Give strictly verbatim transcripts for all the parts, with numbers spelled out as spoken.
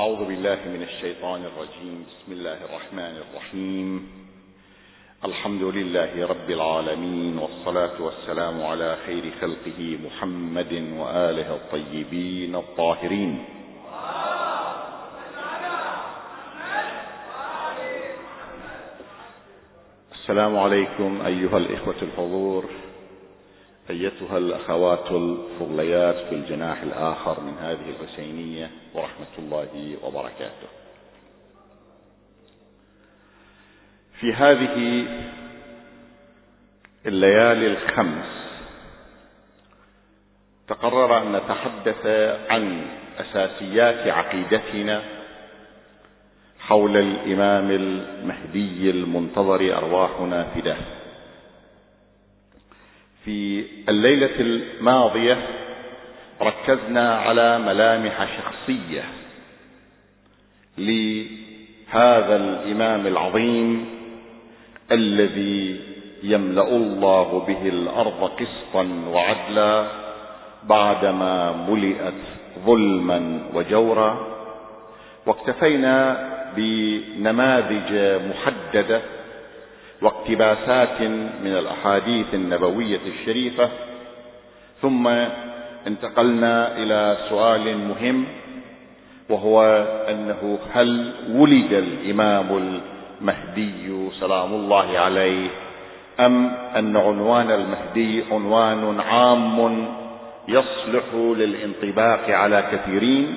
أعوذ بالله من الشيطان الرجيم. بسم الله الرحمن الرحيم. الحمد لله رب العالمين، والصلاة والسلام على خير خلقه محمد وآله الطيبين الطاهرين. السلام عليكم أيها الإخوة الحضور، أيتها الأخوات الفضليات في الجناح الآخر من هذه الحسينية، ورحمة الله وبركاته. في هذه الليالي الخمس تقرر أن نتحدث عن أساسيات عقيدتنا حول الإمام المهدي المنتظر أرواحنا فداه. في الليلة الماضية ركزنا على ملامح شخصية لهذا الإمام العظيم الذي يملأ الله به الأرض قسطا وعدلا بعدما ملئت ظلما وجورا، واكتفينا بنماذج محددة واقتباسات من الأحاديث النبوية الشريفة، ثم انتقلنا إلى سؤال مهم، وهو أنه هل ولد الإمام المهدي سلام الله عليه، أم أن عنوان المهدي عنوان عام يصلح للانطباق على كثيرين؟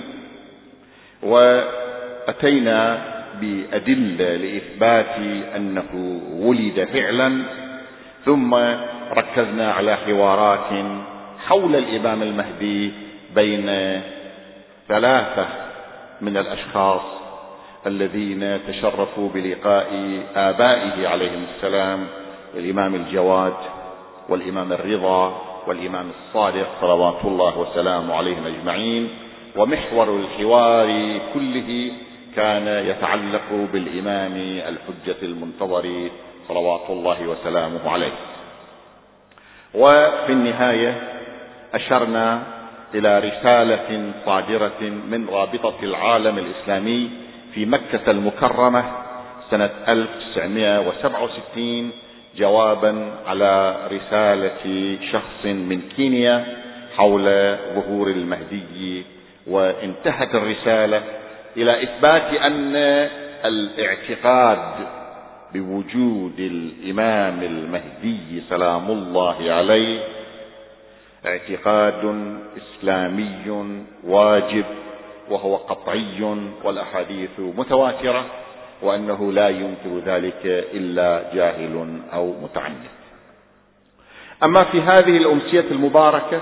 وأتينا بأدلة لإثبات أنه ولد فعلا، ثم ركزنا على حوارات حول الإمام المهدي بين ثلاثة من الأشخاص الذين تشرفوا بلقاء آبائه عليهم السلام، الإمام الجواد والإمام الرضا والإمام الصادق صلوات الله وسلامه عليهم أجمعين. ومحور الحوار كله كان يتعلق بالإمام الحجة المنتظر صلوات الله وسلامه عليه. وفي النهاية أشرنا إلى رسالة صادرة من رابطة العالم الإسلامي في مكة المكرمة سنة ألف وتسعمائة وسبعة وستين، جوابا على رسالة شخص من كينيا حول ظهور المهدي. وانتهت الرسالة إلى إثبات أن الاعتقاد بوجود الإمام المهدي سلام الله عليه اعتقاد إسلامي واجب، وهو قطعي، والأحاديث متواترة، وأنه لا ينكر ذلك إلا جاهل أو متعنت. أما في هذه الأمسية المباركة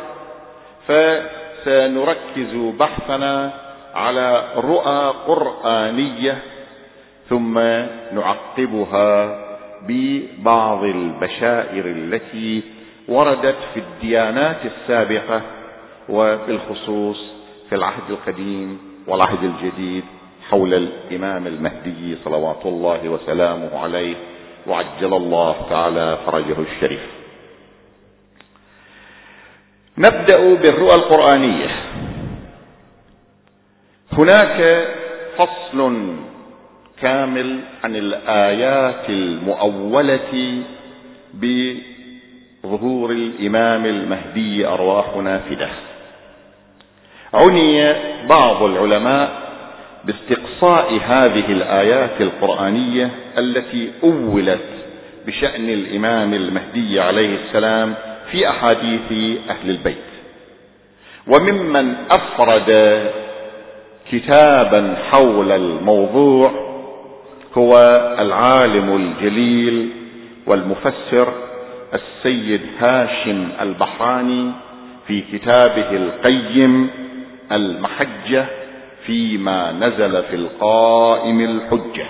فسنركز بحثنا على رؤى قرآنية، ثم نعقبها ببعض البشائر التي وردت في الديانات السابقة، وبالخصوص في العهد القديم والعهد الجديد حول الإمام المهدي صلوات الله وسلامه عليه، وعجل الله تعالى فرجه الشريف. نبدأ بالرؤى القرآنية. هناك فصل كامل عن الآيات المؤولة بظهور الإمام المهدي أرواحنا فداه. عني بعض العلماء باستقصاء هذه الآيات القرآنية التي أولت بشأن الإمام المهدي عليه السلام في أحاديث أهل البيت. وممن أفرد كتابا حول الموضوع هو العالم الجليل والمفسر السيد هاشم البحراني في كتابه القيم المحجة فيما نزل في القائم الحجة.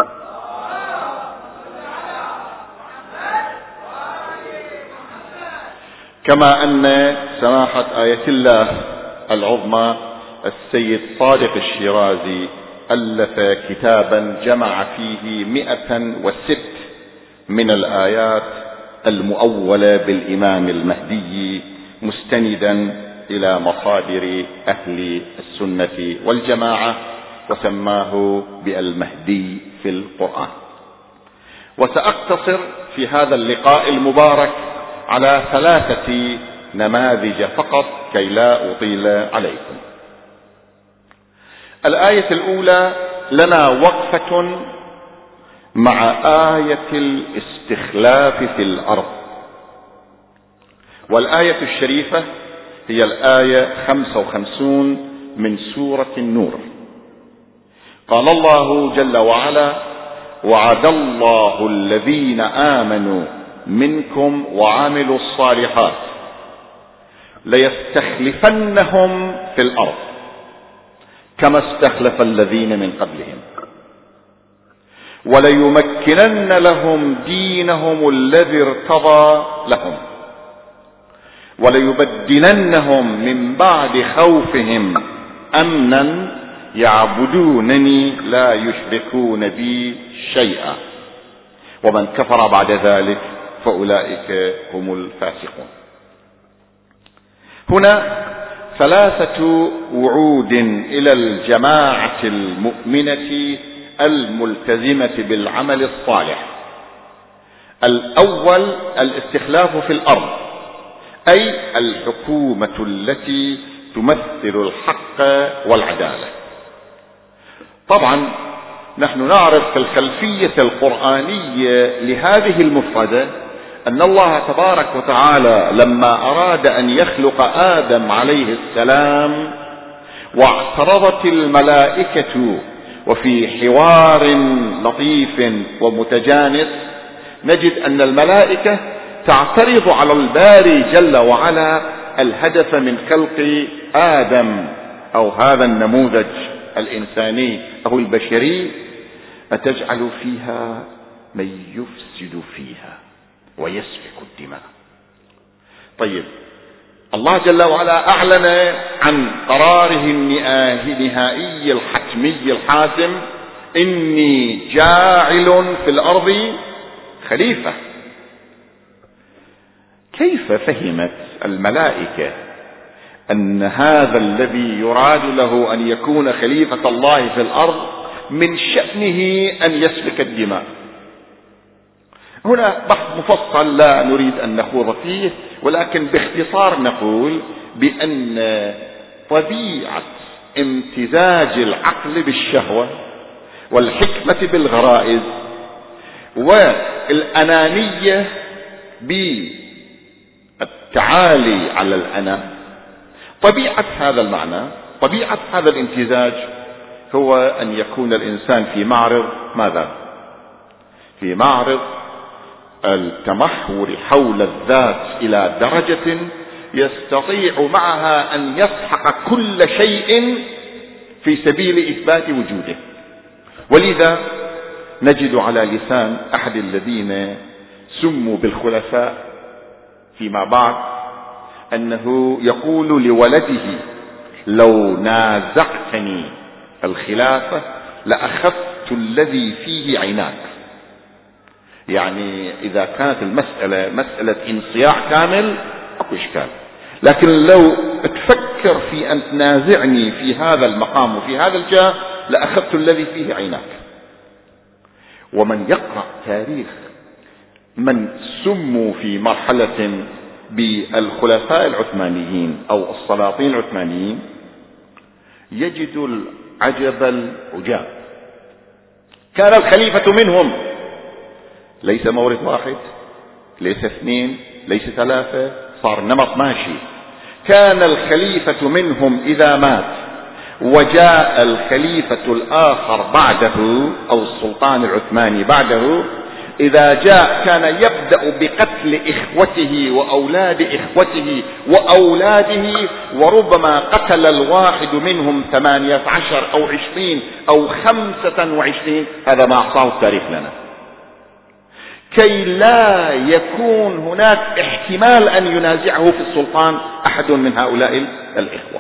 كما أن سماحة آية الله العظمى السيد صادق الشيرازي ألف كتابا جمع فيه مئة وست من الآيات المؤولة بالإمام المهدي، مستندا إلى مصادر أهل السنة والجماعة وسماه بالمهدي في القرآن. وسأقتصر في هذا اللقاء المبارك على ثلاثة نماذج فقط كي لا أطيل عليكم. الآية الأولى لنا وقفة مع آية الاستخلاف في الأرض، والآية الشريفة هي الآية خمسة وخمسون من سورة النور. قال الله جل وعلا: وعد الله الذين آمنوا منكم وعملوا الصالحات ليستخلفنهم في الأرض كما استخلف الذين من قبلهم وليمكنن لهم دينهم الذي ارتضى لهم وليبدلنهم من بعد خوفهم أمنا يعبدونني لا يشركون بي شيئا ومن كفر بعد ذلك فأولئك هم الفاسقون. هنا ثلاثة وعود إلى الجماعة المؤمنة الملتزمة بالعمل الصالح. الأول الاستخلاف في الأرض، أي الحكومة التي تمثل الحق والعدالة. طبعا نحن نعرف في الخلفية القرآنية لهذه المفردة أن الله تبارك وتعالى لما أراد أن يخلق آدم عليه السلام واعترضت الملائكة وفي حوار لطيف ومتجانس نجد أن الملائكة تعترض على الباري جل وعلا الهدف من خلق آدم أو هذا النموذج الإنساني أو البشري: أتجعل فيها من يفسد فيها ويسفك الدماء. طيب، الله جل وعلا أعلن عن قراره النهائي الحتمي الحاسم: إني جاعل في الأرض خليفة. كيف فهمت الملائكة أن هذا الذي يراد له أن يكون خليفة الله في الأرض من شأنه أن يسفك الدماء؟ هنا بحث مفصل لا نريد أن نخوض فيه، ولكن باختصار نقول بأن طبيعة امتزاج العقل بالشهوة والحكمة بالغرائز والأنانية بالتعالي على الأنا، طبيعة هذا المعنى، طبيعة هذا الامتزاج هو أن يكون الإنسان في معرض ماذا؟ في معرض التمحور حول الذات إلى درجة يستطيع معها أن يسحق كل شيء في سبيل إثبات وجوده. ولذا نجد على لسان أحد الذين سموا بالخلفاء فيما بعد أنه يقول لولده: لو نازعتني الخلافة لأخذت الذي فيه عيناك. يعني إذا كانت المسألة مسألة انصياع كامل أكو إشكال، لكن لو تفكر في أن تنازعني في هذا المقام وفي هذا الجاه لأخذت الذي فيه عيناك. ومن يقرأ تاريخ من سموا في مرحلة بالخلفاء العثمانيين أو السلاطين العثمانيين يجد العجب العجاب. كان الخليفة منهم ليس مورد واحد، ليس اثنين، ليس ثلاثة، صار نمط ماشي. كان الخليفة منهم إذا مات وجاء الخليفة الآخر بعده أو السلطان العثماني بعده، إذا جاء كان يبدأ بقتل إخوته وأولاد إخوته وأولاده، وربما قتل الواحد منهم ثمانية عشر أو عشرين أو خمسة وعشرين. هذا ما أعطاه التاريخ لنا، كي لا يكون هناك احتمال أن ينازعه في السلطان أحد من هؤلاء الإخوة.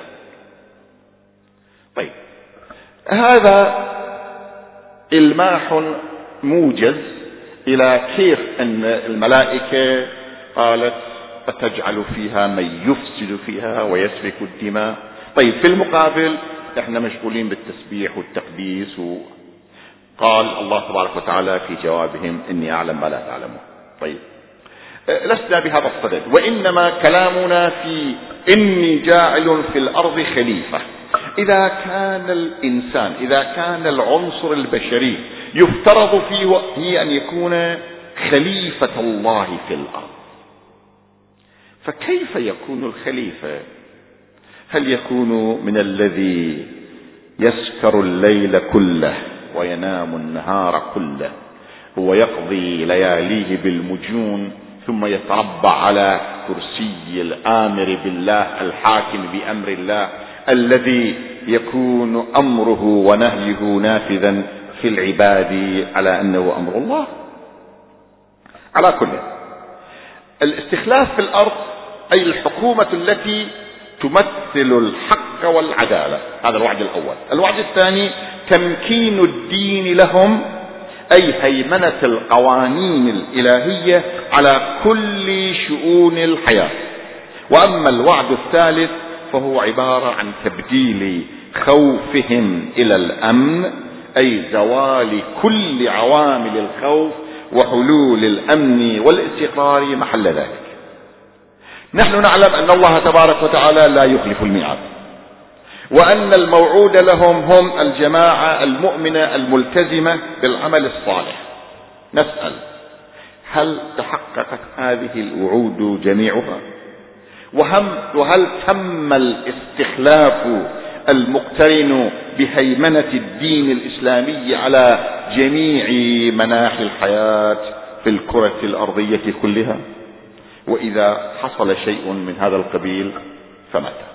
طيب، هذا إلماح موجز إلى كيف أن الملائكة قالت: أتجعل فيها من يفسد فيها ويسفك الدماء. طيب، في المقابل احنا مشغولين بالتسبيح والتقديس، وقال الله تبارك وتعالى في جوابهم إني أعلم ما لا تعلمون. طيب لسنا بهذا الصدد، وإنما كلامنا في إني جاعل في الأرض خليفة. إذا كان الإنسان، إذا كان العنصر البشري يفترض فيه أن يكون خليفة الله في الأرض، فكيف يكون الخليفة؟ هل يكون من الذي يسكر الليل كله وينام النهار كله ويقضي لياليه بالمجون ثم يتربع على كرسي الآمر بالله الحاكم بأمر الله الذي يكون أمره ونهيه نافذا في العباد على أنه أمر الله؟ على كل الاستخلاف في الأرض أي الحكومة التي تمثل الحق والعدالة، هذا الوعد الأول. الوعد الثاني تمكين الدين لهم، أي هيمنة القوانين الإلهية على كل شؤون الحياة. وأما الوعد الثالث فهو عبارة عن تبديل خوفهم إلى الأمن، أي زوال كل عوامل الخوف وحلول الأمن والاستقرار محل ذلك. نحن نعلم أن الله تبارك وتعالى لا يخلف الميعاد، وأن الموعود لهم هم الجماعة المؤمنة الملتزمة بالعمل الصالح. نسأل: هل تحققت هذه الوعود جميعها؟ وهل تم الاستخلاف المقترن بهيمنة الدين الإسلامي على جميع مناحي الحياة في الكرة الأرضية كلها؟ وإذا حصل شيء من هذا القبيل فمتى؟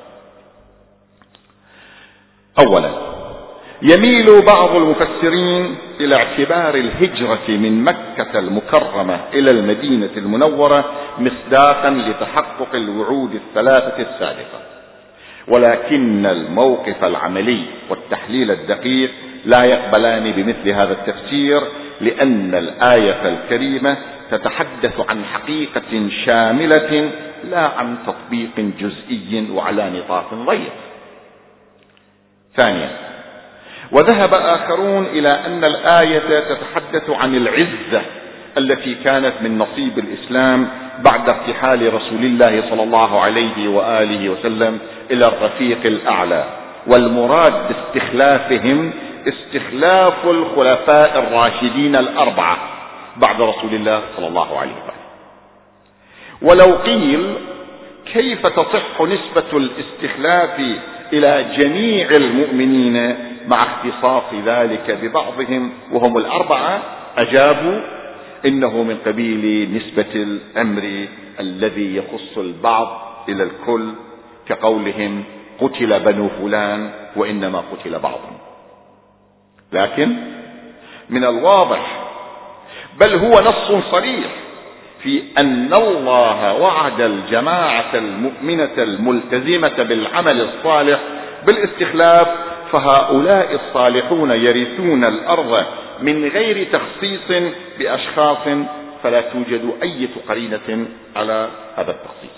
أولا، يميل بعض المفسرين إلى اعتبار الهجرة من مكة المكرمة إلى المدينة المنورة مصداقا لتحقق الوعود الثلاثة السابقة، ولكن الموقف العملي والتحليل الدقيق لا يقبلان بمثل هذا التفسير، لأن الآية الكريمة تتحدث عن حقيقة شاملة لا عن تطبيق جزئي وعلى نطاق ضيق. ثانيا، وذهب آخرون إلى أن الآية تتحدث عن العزة التي كانت من نصيب الإسلام بعد ارتحال رسول الله صلى الله عليه وآله وسلم إلى الرفيق الأعلى، والمراد باستخلافهم استخلاف الخلفاء الراشدين الأربعة بعد رسول الله صلى الله عليه وآله. ولو قيل كيف تصح نسبة الاستخلاف إلى جميع المؤمنين مع اختصاص ذلك ببعضهم وهم الأربعة، أجابوا: إنه من قبيل نسبة الأمر الذي يخص البعض إلى الكل، كقولهم قتل بنو فلان وإنما قتل بعضهم. لكن من الواضح، بل هو نص صريح، في أن الله وعد الجماعة المؤمنة الملتزمة بالعمل الصالح بالاستخلاف، فهؤلاء الصالحون يرثون الأرض من غير تخصيص بأشخاص، فلا توجد أي قرينة على هذا التخصيص.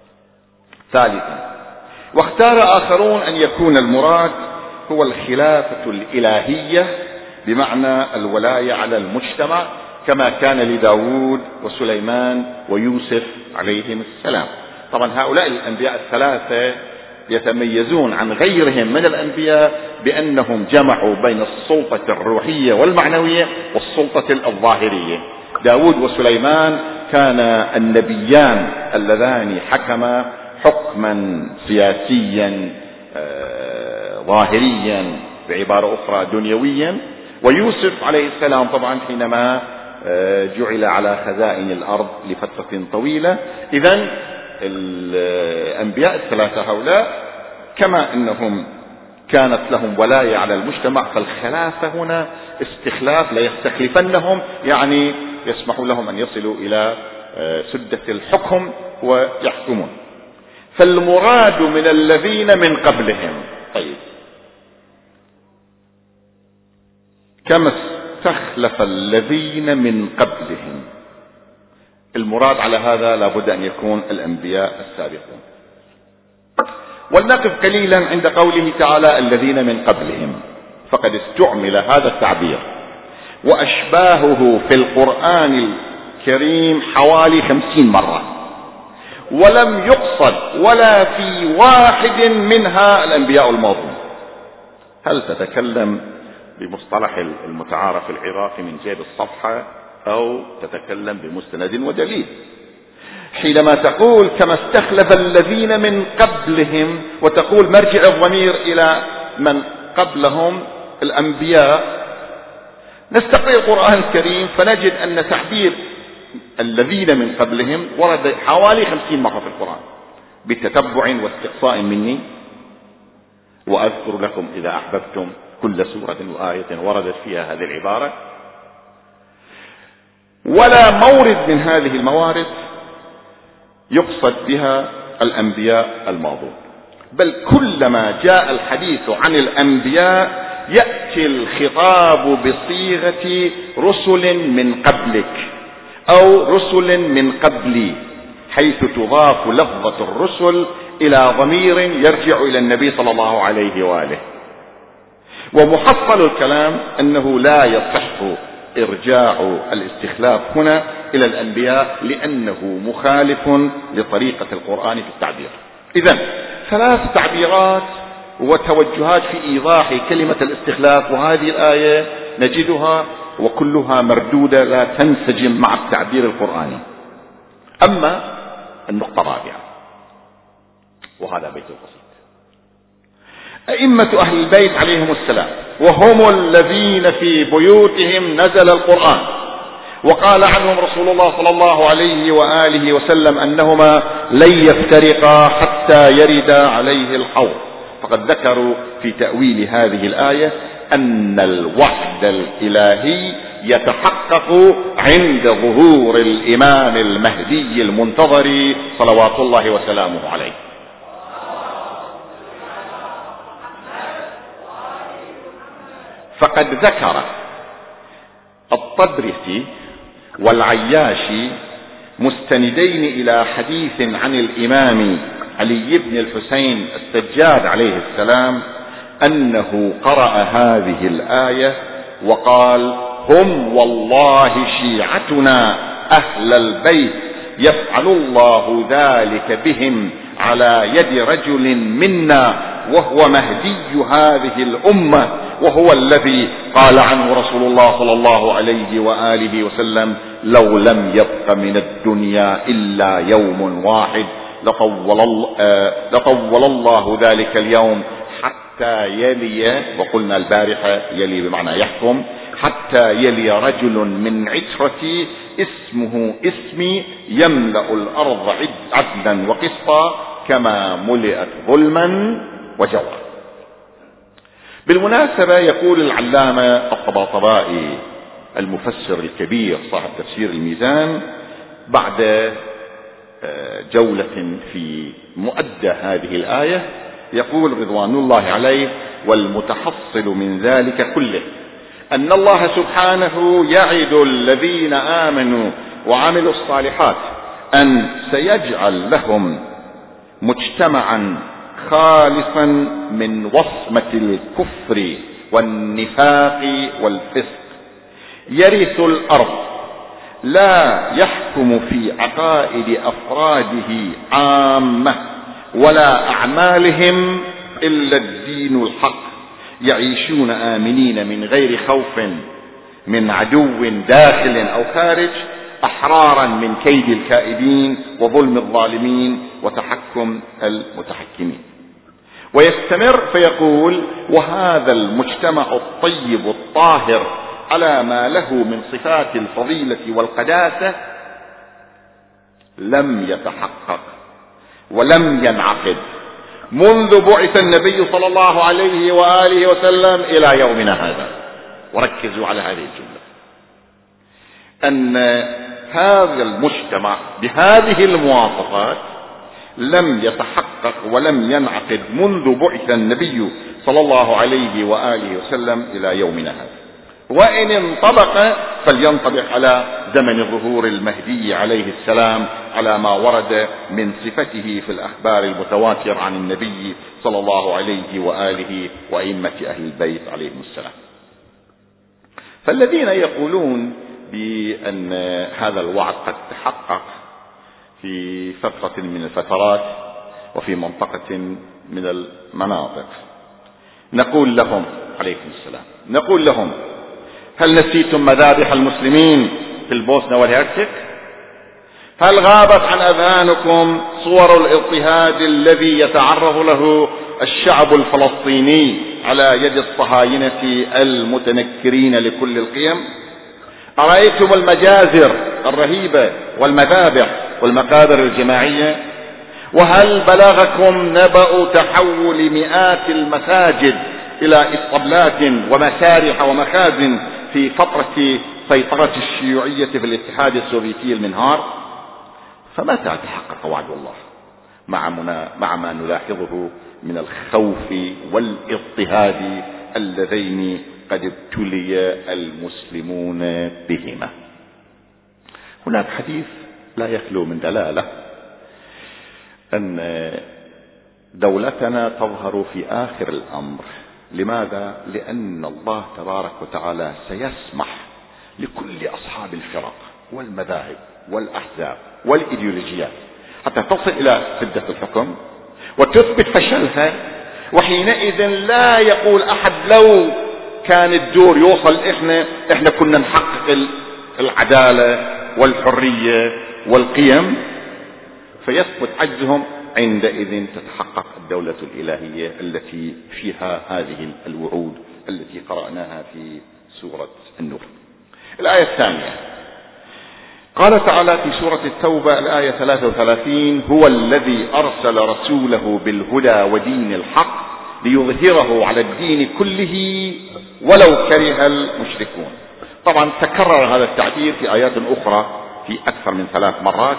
ثالثا، واختار آخرون أن يكون المراد هو الخلافة الإلهية بمعنى الولاية على المجتمع، كما كان لداود وسليمان ويوسف عليهم السلام. طبعا هؤلاء الأنبياء الثلاثة يتميزون عن غيرهم من الأنبياء بأنهم جمعوا بين السلطة الروحية والمعنوية والسلطة الظاهرية. داود وسليمان كانا النبيان اللذان حكما حكما سياسيا ظاهريا، بعبارة أخرى دنيويا. ويوسف عليه السلام طبعا حينما جعل على خزائن الأرض لفترة طويلة. إذن الأنبياء الثلاثة هؤلاء كما أنهم كانت لهم ولاية على المجتمع، فالخلافة هنا استخلاف، لا يستخلفنهم يعني يسمح لهم أن يصلوا إلى سدة الحكم ويحكمون. فالمراد من الذين من قبلهم. طيب، كما استخلف الذين من قبلهم، المراد على هذا لابد أن يكون الأنبياء السابقون. ولنقف قليلا عند قوله تعالى الذين من قبلهم، فقد استعمل هذا التعبير وأشباهه في القرآن الكريم حوالي خمسين مرة، ولم يقصد ولا في واحد منها الأنبياء الماضون. هل تتكلم بمصطلح المتعارف العراقي من جيب الصفحة أو تتكلم بمستند ودليل؟ حينما تقول كما استخلف الذين من قبلهم وتقول مرجع الضمير إلى من قبلهم الأنبياء، نستقرأ القرآن الكريم فنجد أن تعبير الذين من قبلهم ورد حوالي خمسين مرة في القرآن بتتبع واستقصاء مني، وأذكر لكم إذا أحببتم كل سورة وآية وردت فيها هذه العبارة. ولا مورد من هذه الموارد يقصد بها الأنبياء الماضون، بل كلما جاء الحديث عن الأنبياء يأتي الخطاب بصيغة رسل من قبلك أو رسل من قبلي، حيث تضاف لفظة الرسل إلى ضمير يرجع إلى النبي صلى الله عليه وآله. ومحصل الكلام أنه لا يصح إرجاع الاستخلاف هنا إلى الأنبياء لأنه مخالف لطريقة القرآن في التعبير. إذن ثلاث تعبيرات وتوجهات في إيضاح كلمة الاستخلاف، وهذه الآية نجدها وكلها مردودة لا تنسجم مع التعبير القرآني. أما النقطة الرابعة، وهذا بيت القصيد، أئمة أهل البيت عليهم السلام وهم الذين في بيوتهم نزل القرآن، وقال عنهم رسول الله صلى الله عليه وآله وسلم أنهما لن يفترقا حتى يرد عليه الحوض. فقد ذكروا في تأويل هذه الآية أن الوحد الإلهي يتحقق عند ظهور الإمام المهدي المنتظر صلوات الله وسلامه عليه. فقد ذكر الطبرسي والعياشي مستندين إلى حديث عن الإمام علي بن الحسين السجاد عليه السلام أنه قرأ هذه الآية وقال: هم والله شيعتنا أهل البيت يفعل الله ذلك بهم على يد رجل منا وهو مهدي هذه الأمة، وهو الذي قال عنه رسول الله صلى الله عليه وآله وسلم: لو لم يبق من الدنيا إلا يوم واحد لطول, لطول الله ذلك اليوم حتى يلي، وقلنا البارحة يلي بمعنى يحكم، حتى يلي رجل من عترتي اسمه اسمي يملأ الأرض عدلا وقسطا كما ملئت ظلما وجورا. بالمناسبة يقول العلامة الطباطبائي المفسر الكبير صاحب تفسير الميزان بعد جولة في مؤدى هذه الآية، يقول رضوان الله عليه: والمتحصل من ذلك كله أن الله سبحانه يعد الذين آمنوا وعملوا الصالحات أن سيجعل لهم مجتمعا خالصا من وصمة الكفر والنفاق والفسق، يرث الأرض لا يحكم في عقائد أفراده عامة ولا أعمالهم إلا الدين الحق، يعيشون آمنين من غير خوف من عدو داخل أو خارج، أحرارا من كيد الكائدين وظلم الظالمين وتحكم المتحكمين. ويستمر فيقول: وهذا المجتمع الطيب الطاهر على ما له من صفات الفضيلة والقداسة لم يتحقق ولم ينعقد منذ بعث النبي صلى الله عليه وآله وسلم إلى يومنا هذا. وركزوا على هذه الجملة، أن هذا المجتمع بهذه المواصفات لم يتحقق ولم ينعقد منذ بعث النبي صلى الله عليه وآله وسلم إلى يومنا هذا. وإن انطبق فلينطبق على زمن ظهور المهدي عليه السلام على ما ورد من صفته في الأخبار المتواترة عن النبي صلى الله عليه وآله وأئمة أهل البيت عليهم السلام. فالذين يقولون بأن هذا الوعد قد تحقق في فترة من الفترات وفي منطقة من المناطق، نقول لهم عليكم السلام، نقول لهم: هل نسيتم مذابح المسلمين في البوسنة والهرسك؟ هل غابت عن أذهانكم صور الاضطهاد الذي يتعرض له الشعب الفلسطيني على يد الصهاينة المتنكرين لكل القيم؟ أرأيتم المجازر الرهيبة والمذابح والمقابر الجماعية؟ وهل بلغكم نبأ تحول مئات المساجد إلى اسطبلات ومسارح ومخازن في فترة سيطرة الشيوعية في الاتحاد السوفيتي المنهار؟ فمتى تحقق وعد الله مع, مع ما نلاحظه من الخوف والاضطهاد اللذين قد ابتلي المسلمون بهما؟ هناك حديث لا يخلو من دلالة أن دولتنا تظهر في آخر الأمر. لماذا؟ لأن الله تبارك وتعالى سيسمح لكل أصحاب الفرق والمذاهب والأحزاب والإيديولوجيات حتى تصل إلى سدة الحكم وتثبت فشلها، وحينئذ لا يقول أحد لو كان الدور يوصل إحنا إحنا كنا نحقق العدالة والحرية والقيم، فيثبت عجزهم. عندئذ تتحقق الدولة الإلهية التي فيها هذه الوعود التي قرأناها في سورة النور. الآية الثانية قال تعالى في سورة التوبة الآية ثلاثة وثلاثين: هو الذي أرسل رسوله بالهدى ودين الحق ليظهره على الدين كله ولو كره المشركون. طبعا تكرر هذا التعبير في آيات أخرى في أكثر من ثلاث مرات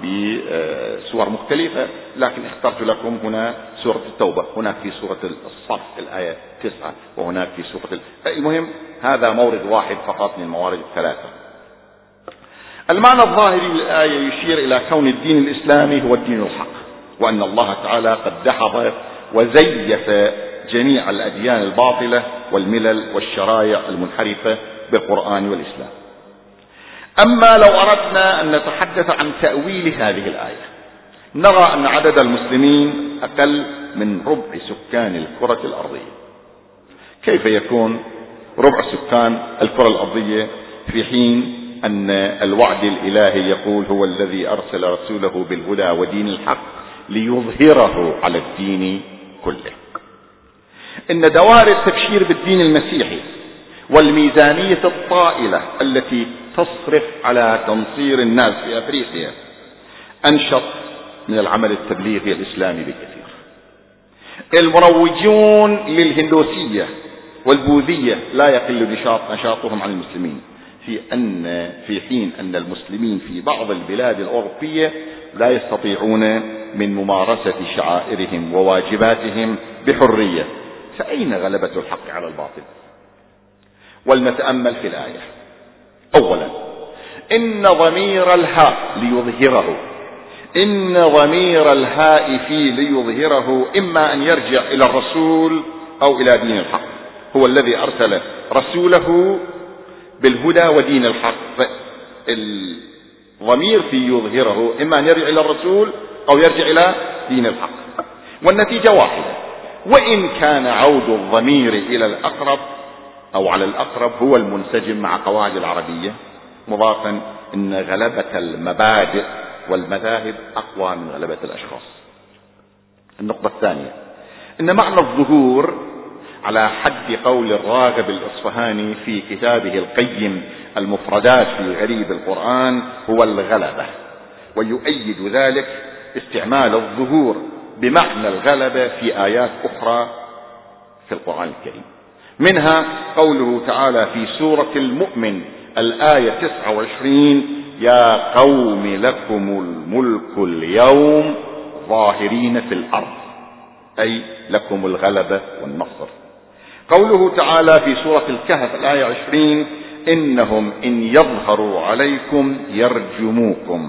بصور مختلفة، لكن اخترت لكم هنا سورة التوبة، هناك في سورة الصف الآية تسعة، وهناك في سورة ال... المهم هذا مورد واحد فقط من الموارد الثلاثة. المعنى الظاهري للآية يشير إلى كون الدين الإسلامي هو الدين الحق، وأن الله تعالى قد دحض وزيف جميع الأديان الباطلة والملل والشرائع المنحرفة بالقرآن والإسلام. أما لو أردنا أن نتحدث عن تأويل هذه الآية، نرى أن عدد المسلمين أقل من ربع سكان الكرة الأرضية. كيف يكون ربع سكان الكرة الأرضية في حين أن الوعد الإلهي يقول هو الذي أرسل رسوله بالهدى ودين الحق ليظهره على الدين كله؟ إن دوائر التبشير بالدين المسيحي والميزانية الطائلة التي تصرف على تنصير الناس في أفريقيا أنشط من العمل التبليغي الإسلامي بكثير. المروجون للهندوسية والبوذية لا يقل نشاط نشاطهم عن المسلمين، في أن في حين أن المسلمين في بعض البلاد الأوروبية لا يستطيعون من ممارسة شعائرهم وواجباتهم بحرية. فأين غلبة الحق على الباطل؟ ولنتأمل في الآية. أولا، إن ضمير الهاء ليظهره، إن ضمير الهاء في ليظهره إما أن يرجع إلى الرسول أو إلى دين الحق. هو الذي أرسل رسوله بالهدى ودين الحق. الضمير في يظهره إما أن يرجع إلى الرسول أو يرجع إلى دين الحق، والنتيجة واحدة. وإن كان عود الضمير إلى الأقرب أو على الأقرب هو المنسجم مع قواعد العربية، مضافا إن غلبة المبادئ والمذاهب أقوى من غلبة الأشخاص. النقطة الثانية، إن معنى الظهور على حد قول الراغب الإصفهاني في كتابه القيم المفردات في غريب القرآن هو الغلبة، ويؤيد ذلك استعمال الظهور بمعنى الغلبة في آيات أخرى في القرآن الكريم، منها قوله تعالى في سورة المؤمن الآية تسعة وعشرين: يا قوم لكم الملك اليوم ظاهرين في الأرض، أي لكم الغلبة والنصر. قوله تعالى في سورة الكهف الآية عشرين: إنهم إن يظهروا عليكم يرجموكم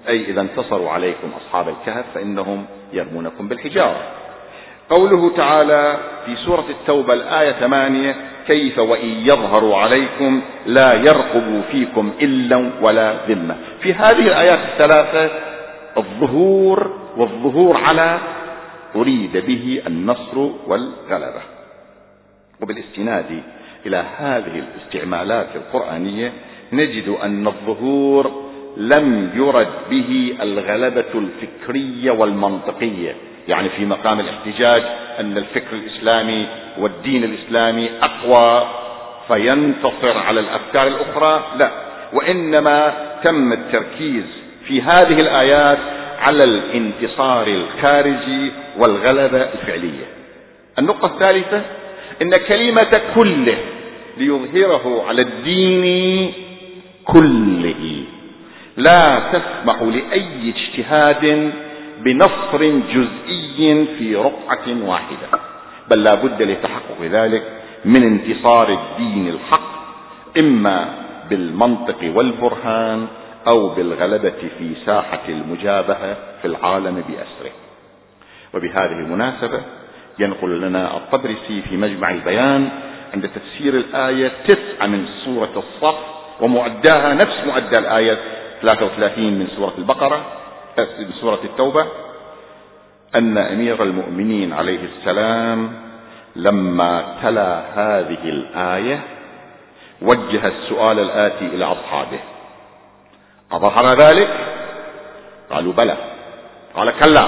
أي إذا انتصروا عليكم أصحاب الكهف فإنهم يرمونكم بالحجارة. قوله تعالى في سورة التوبة الآية ثمانية: كيف وإن يظهروا عليكم لا يرقبوا فيكم إلا ولا ذمة. في هذه الآيات الثلاثة الظهور والظهور على أريد به النصر والغلبة. وبالاستناد إلى هذه الاستعمالات القرآنية نجد أن الظهور لم يرد به الغلبة الفكرية والمنطقية، يعني في مقام الاحتجاج أن الفكر الإسلامي والدين الإسلامي أقوى فينتصر على الأفكار الأخرى، لا، وإنما تم التركيز في هذه الآيات على الانتصار الخارجي والغلبة الفعلية. النقطة الثالثة: إن كلمة كله ليظهره على الدين كله لا تسمح لأي اجتهاد بنصر جزئي في رقعة واحدة، بل لا بد لتحقق ذلك من انتصار الدين الحق إما بالمنطق والبرهان أو بالغلبة في ساحة المجابهة في العالم بأسره. وبهذه المناسبة ينقل لنا الطبرسي في مجمع البيان عند تفسير الآية تسعة من سورة الصف ومعداها نفس معدى الآية ثلاثة وثلاثين من سورة البقرة من سورة التوبة، أن أمير المؤمنين عليه السلام لما تلا هذه الآية وجه السؤال الآتي إلى أصحابه: أظهر ذلك؟ قالوا بلى. قال كلا،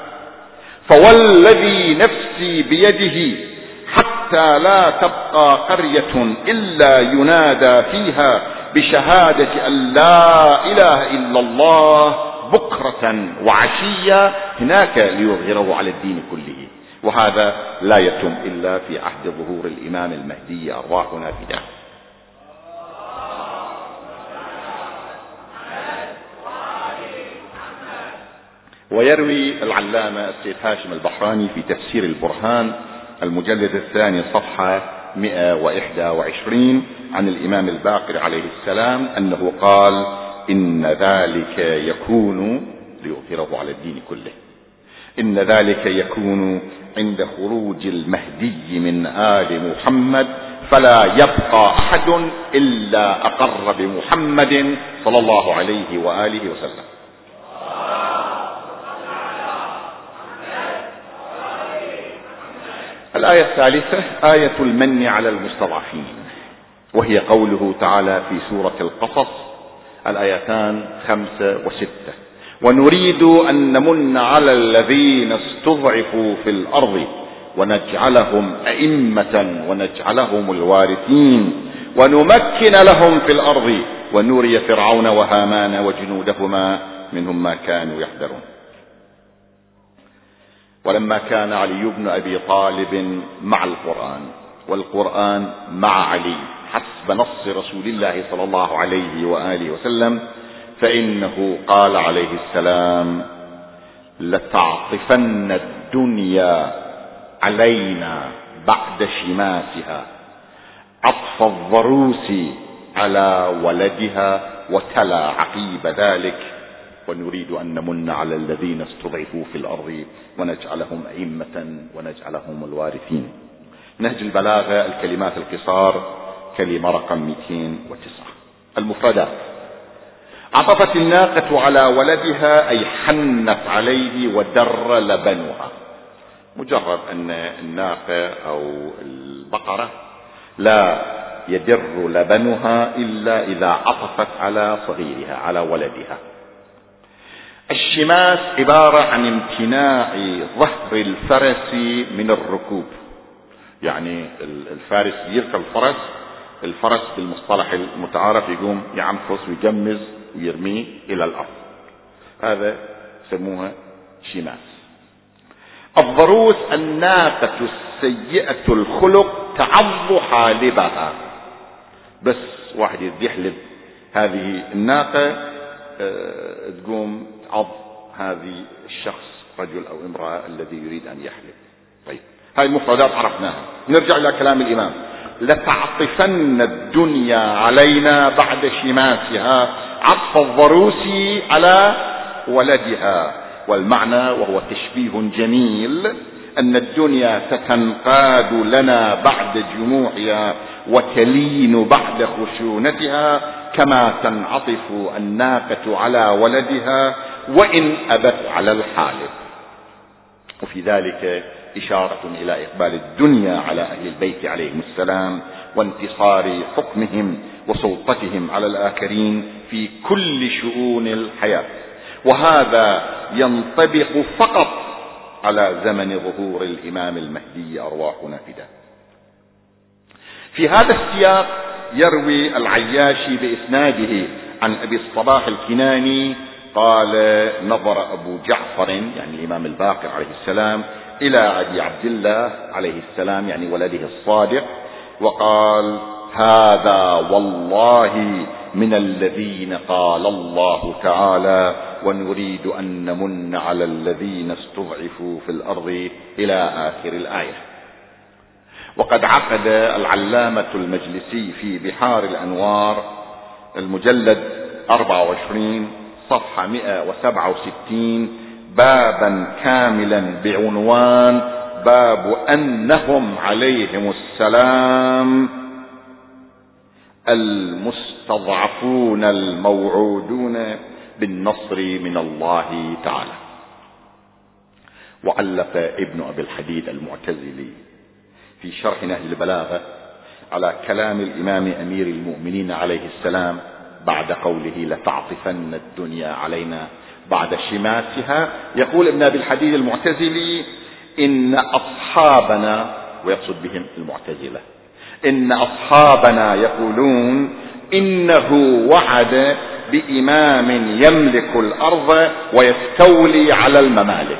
فوالذي نفسي بيده حتى لا تبقى قرية إلا ينادى فيها بشهادة أن لا إله إلا الله بكرة وعشية هناك ليظهره على الدين كله. وهذا لا يتم إلا في عهد ظهور الإمام المهدي أرواحنا فداه. ويروي العلامة السيد هاشم البحراني في تفسير البرهان المجلد الثاني صفحة مئة وإحدى وعشرين عن الإمام الباقر عليه السلام أنه قال: إن ذلك يكون ليظهره على الدين كله، إن ذلك يكون عند خروج المهدي من آل محمد فلا يبقى أحد إلا أقر بمحمد صلى الله عليه وآله وسلم. الآية الثالثة آية المن على المستضعفين، وهي قوله تعالى في سورة القصص الآيتان خمسة وستة: ونريد أن نمن على الذين استضعفوا في الأرض ونجعلهم أئمة ونجعلهم الوارثين ونمكن لهم في الأرض ونري فرعون وهامان وجنودهما منهم ما كانوا يحذرون. ولما كان علي بن أبي طالب مع القرآن والقرآن مع علي حسب نص رسول الله صلى الله عليه وآله وسلم، فإنه قال عليه السلام: لتعطفن الدنيا علينا بعد شماسها عطف الضروس على ولدها، وتلا عقيب ذلك: ونريد أن نمن على الذين استضعفوا في الأرض ونجعلهم أئمة ونجعلهم الوارثين. نهج البلاغة الكلمات القصار كلمة رقم مئتين وتسعة. المفردات: عطفت الناقة على ولدها أي حنت عليه ودر لبنها. مجرد أن الناقة أو البقرة لا يدر لبنها إلا إذا عطفت على صغيرها على ولدها. الشماس عبارة عن امتناع ظهر الفرس من الركوب، يعني الفارس يركب الفرس، الفرس بالمصطلح المتعارف يقوم يعنفص ويجمز ويرميه إلى الأرض، هذا يسموها شماس. الضروس الناقة السيئة الخلق تعض حالبها، بس واحد يحلب هذه الناقة أه تقوم تعض هذه الشخص رجل أو امرأة الذي يريد أن يحلب. طيب، هاي المفردات عرفناها. نرجع إلى كلام الإمام: لتعطفن الدنيا علينا بعد شماسها عطف الضروس على ولدها. والمعنى وهو تشبيه جميل أن الدنيا ستنقاد لنا بعد جموعها وتلين بعد خشونتها كما تنعطف الناقة على ولدها وإن أبت على الحالب. وفي ذلك إشارة إلى إقبال الدنيا على أهل البيت عليهم السلام وانتصار حكمهم وسلطتهم على الآخرين في كل شؤون الحياة. وهذا ينطبق فقط على زمن ظهور الإمام المهدي أرواحنا فداه. في هذا السياق يروي العياشي بإسناده عن أبي الصباح الكناني قال: نظر أبو جعفر يعني الإمام الباقر عليه السلام إلى أبي عبد الله عليه السلام يعني ولده الصادق وقال: هذا والله من الذين قال الله تعالى: ونريد أن نمن على الذين استضعفوا في الأرض إلى آخر الآية. وقد عقد العلامة المجلسي في بحار الأنوار المجلد أربعة وعشرين صفحة مئة وسبعة وستين بابا كاملا بعنوان: باب أنهم عليهم السلام المستضعفون الموعودون بالنصر من الله تعالى. وعلق ابن أبي الحديد المعتزلي في شرح نهج البلاغة على كلام الإمام أمير المؤمنين عليه السلام بعد قوله: لتعطفن الدنيا علينا بعد شماسها. يقول ابن أبي الحديد المعتزلي: إن أصحابنا، ويقصد بهم المعتزلة، إن أصحابنا يقولون إنه وعد بإمام يملك الأرض ويستولي على الممالك.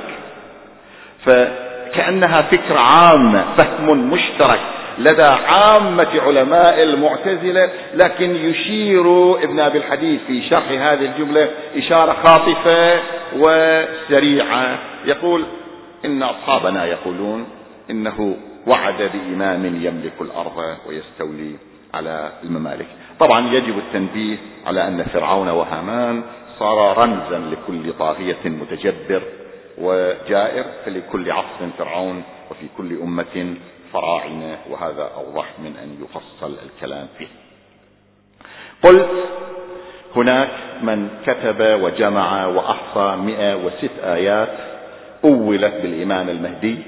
فكأنها فكرة عامة، فهم مشترك لدى عامة علماء المعتزلة، لكن يشير ابن أبي الحديد في شرح هذه الجملة إشارة خاطفة وسريعة. يقول: إن أصحابنا يقولون إنه وعد بإمام يملك الأرض ويستولي على الممالك. طبعا يجب التنبيه على أن فرعون وهامان صار رمزا لكل طاغية متجبر وجائر، فلكل عصر فرعون وفي كل أمة فراعنة، وهذا أوضح من أن يفصل الكلام فيه. قلت: هناك من كتب وجمع وأحصى مئة وست آيات أولت بالإمام المهدي،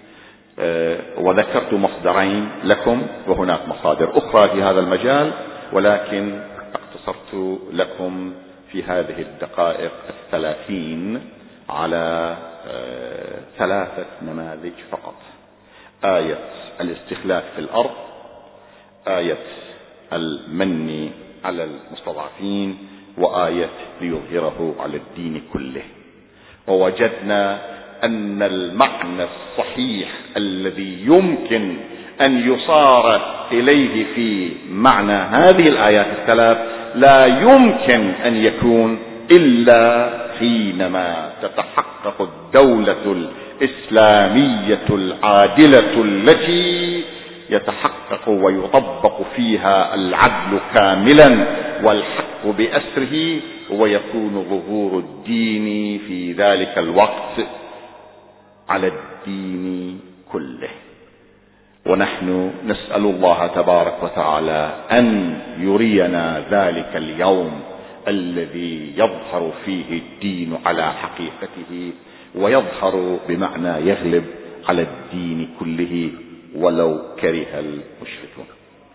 وذكرت مصدرين لكم، وهناك مصادر أخرى في هذا المجال، ولكن اقتصرت لكم في هذه الدقائق الثلاثين على ثلاثة نماذج فقط: آية الاستخلاف في الأرض، آية المن على المستضعفين، وآية ليظهره على الدين كله. ووجدنا أن المعنى الصحيح الذي يمكن أن يصار إليه في معنى هذه الآيات الثلاث لا يمكن أن يكون إلا حينما تتحقق الدولة الإسلامية العادلة التي يتحقق ويطبق فيها العدل كاملا والحق بأسره، ويكون ظهور الدين في ذلك الوقت على الدين كله. ونحن نسأل الله تبارك وتعالى أن يرينا ذلك اليوم الذي يظهر فيه الدين على حقيقته، ويظهر بمعنى يغلب على الدين كله ولو كره المشركون.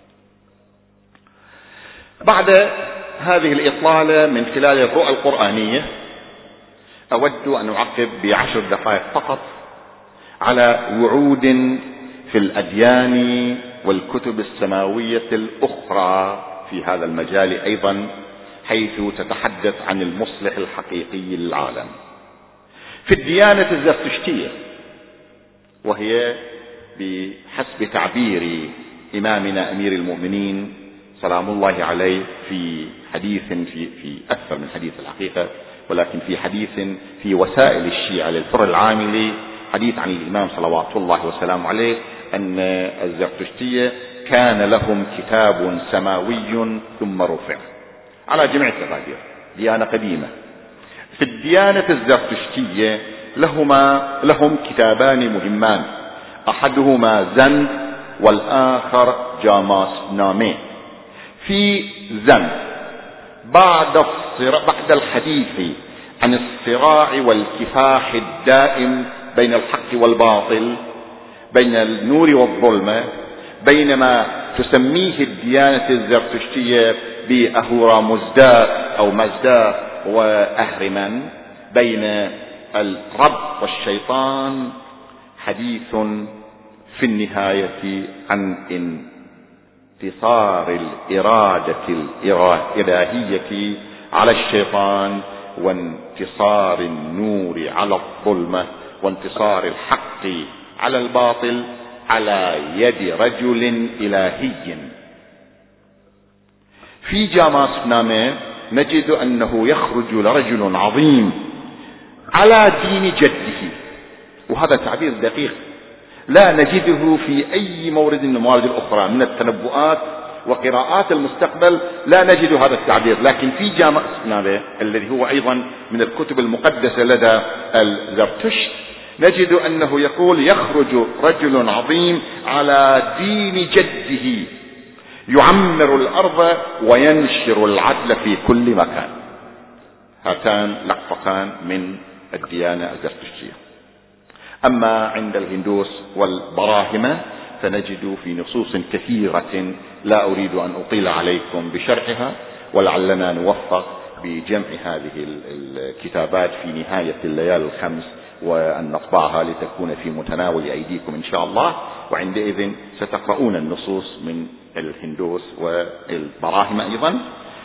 بعد هذه الإطلالة من خلال الرؤى القرآنية، أود أن أعقب بعشر دقائق فقط على وعود في الأديان والكتب السماوية الأخرى في هذا المجال أيضا، حيث تتحدث عن المصلح الحقيقي للعالم. في الديانة الزرتشتية، وهي بحسب تعبير إمامنا أمير المؤمنين سلام الله عليه في حديث في, في أكثر من حديث الحقيقة، ولكن في حديث في وسائل الشيعة للفر العاملي، حديث عن الإمام صلوات الله وسلامه عليه أن الزرتشتية كان لهم كتاب سماوي ثم رفع على جميع التقادير، ديانة قديمة. في الديانة الزرتشتية لهما لهم كتابان مهمان، أحدهما زند والآخر جاماس نامه. في زند بعد بعد الحديث عن الصراع والكفاح الدائم بين الحق والباطل، بين النور والظلمة، بينما تسميه الديانة الزرتشتية بأهورا مزدا أو مزدا وأهرمن، بين الرب والشيطان، حديث في النهاية عن انتصار الإرادة الإلهية على الشيطان، وانتصار النور على الظلمة، وانتصار الحق على الباطل على يد رجل إلهي. في جاماس نامه نجد أنه يخرج لرجل عظيم على دين جده، وهذا تعبير دقيق لا نجده في أي مورد من الموارد الأخرى من التنبؤات وقراءات المستقبل، لا نجد هذا التعبير. لكن في جاماس نامه الذي هو أيضا من الكتب المقدسة لدى الزرتشت نجد أنه يقول يخرج رجل عظيم على دين جده يعمر الأرض وينشر العدل في كل مكان. هاتان لقطتان من الديانة الزرتشتية. أما عند الهندوس والبراهمة فنجد في نصوص كثيرة لا أريد أن أطيل عليكم بشرحها، ولعلنا نوفق بجمع هذه الكتابات في نهاية الليالي الخمس وأن نطبعها لتكون في متناول أيديكم إن شاء الله، وعندئذ ستقرؤون النصوص من الهندوس والبراهمة أيضا.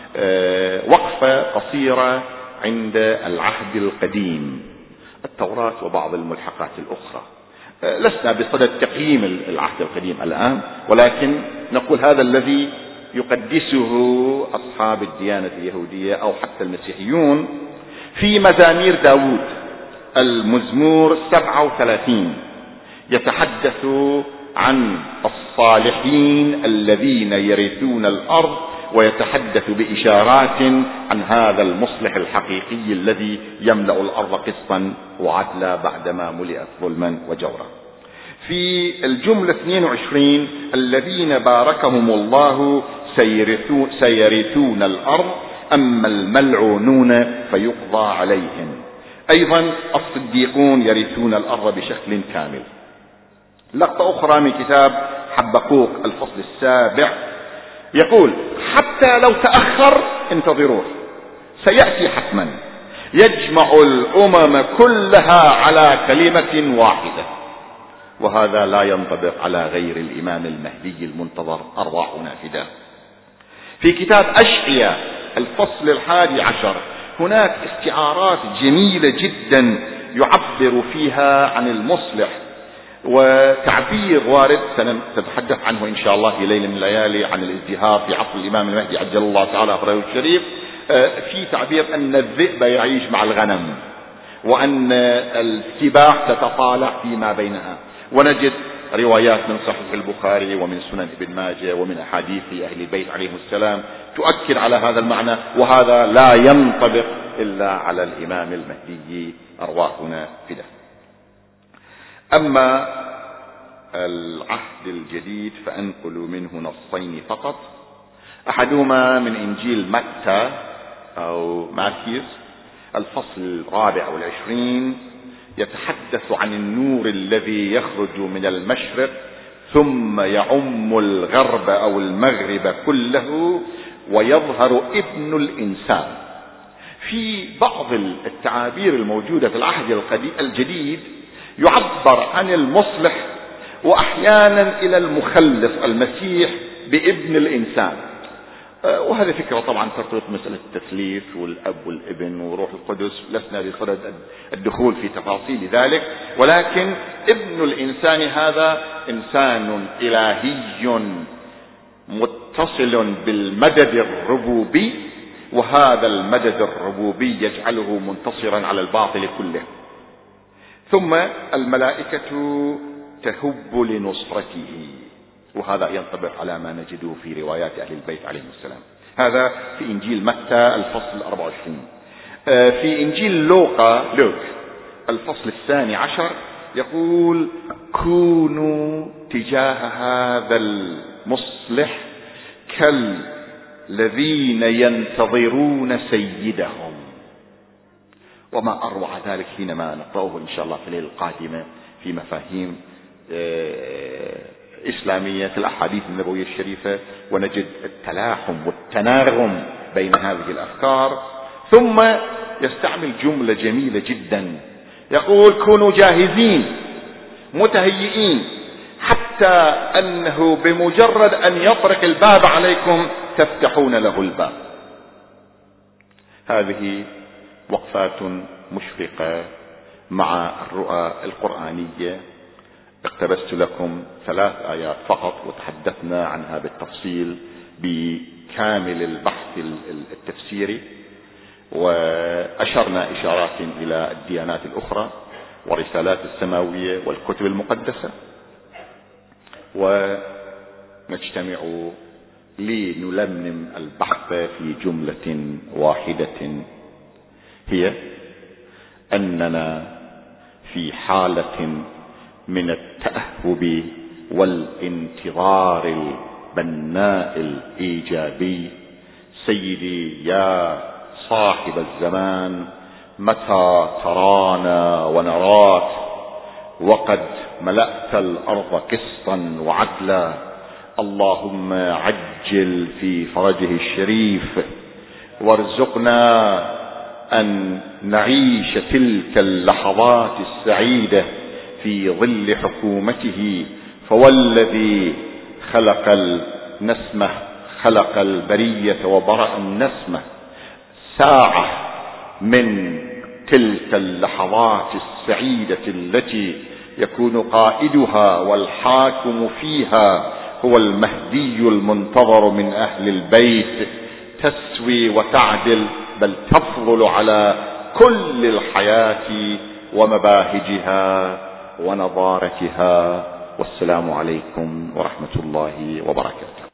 وقفة قصيرة عند العهد القديم، التوراة وبعض الملحقات الأخرى. لسنا بصدد تقييم العهد القديم الآن، ولكن نقول هذا الذي يقدسه أصحاب الديانة اليهودية أو حتى المسيحيون. في مزامير داود المزمور سبعة وثلاثين يتحدث عن الصالحين الذين يرثون الأرض، ويتحدث بإشارات عن هذا المصلح الحقيقي الذي يملأ الأرض قسطا وعدلا بعدما ملئت ظلما وجورا. في الجملة اثنين وعشرين الذين باركهم الله سيرثون, سيرثون الأرض، أما الملعونون فيقضى عليهم. أيضا الصديقون يرثون الأرض بشكل كامل. لقطة أخرى من كتاب حبقوق الفصل السابع يقول حتى لو تأخر انتظروه سيأتي حتما، يجمع الأمم كلها على كلمة واحدة. وهذا لا ينطبق على غير الإمام المهدي المنتظر أرواحنا فداه. في كتاب أشعياء الفصل الحادي عشر هناك استعارات جميلة جدا يعبر فيها عن المصلح، وتعبير وارد سنتحدث عنه إن شاء الله في ليلة من الليالي عن الازدهار في عصر الإمام المهدي عجل الله تعالى فرجه الشريف. في تعبير أن الذئب يعيش مع الغنم، وأن السباع تتطالع فيما بينها، ونجد روايات من صحيح البخاري ومن سنن ابن ماجه ومن أحاديث أهل البيت عليهم السلام تؤكد على هذا المعنى، وهذا لا ينطبق إلا على الإمام المهدي أرواحنا فداه. أما العهد الجديد فأنقل منه نصين فقط، أحدهما من إنجيل متى أو ماثيوس الفصل الرابع والعشرين يتحدث عن النور الذي يخرج من المشرق ثم يعم الغرب أو المغرب كله ويظهر ابن الإنسان. في بعض التعابير الموجودة في العهد الجديد يعبر عن المصلح وأحيانا إلى المخلص المسيح بابن الإنسان، وهذه فكرة طبعا ترتبط مسألة التثليث والأب والابن وروح القدس، لسنا بصدد الدخول في تفاصيل ذلك، ولكن ابن الإنسان هذا إنسان إلهي متصل بالمدد الربوبي، وهذا المدد الربوبي يجعله منتصرا على الباطل كله. ثم الملائكة تهب لنصرته، وهذا ينطبق على ما نجده في روايات أهل البيت عليهم السلام. هذا في إنجيل متى الفصل أربعة وعشرين. في إنجيل لوقا لوك الفصل الثاني عشر يقول: كونوا تجاه هذا المصلح كالذين ينتظرون سيدهم. وما أروع ذلك حينما نقرأه إن شاء الله في الليلة القادمة في مفاهيم إسلامية في الأحاديث النبوية الشريفة، ونجد التلاحم والتناغم بين هذه الأفكار. ثم يستعمل جملة جميلة جدا، يقول: كونوا جاهزين متهيئين حتى أنه بمجرد أن يطرق الباب عليكم تفتحون له الباب. هذه وقفات مشفقة مع الرؤى القرآنية. اقتبست لكم ثلاث آيات فقط وتحدثنا عنها بالتفصيل بكامل البحث التفسيري، وأشرنا إشارات إلى الديانات الأخرى والرسالات السماوية والكتب المقدسة، ونجتمع لنلمم البحث في جملة واحدة، هي أننا في حالة من التأهب والانتظار البناء الإيجابي. سيدي يا صاحب الزمان، متى ترانا ونراك وقد ملأت الأرض قسطا وعدلا؟ اللهم عجل في فرجه الشريف، وارزقنا أن نعيش تلك اللحظات السعيدة في ظل حكومته. فوالذي خلق النسمة خلق البرية وبرأ النسمة، ساعة من تلك اللحظات السعيدة التي يكون قائدها والحاكم فيها هو المهدي المنتظر من أهل البيت، تسوي وتعدل بل تفضل على كل الحياة ومباهجها ونضارتها. والسلام عليكم ورحمة الله وبركاته.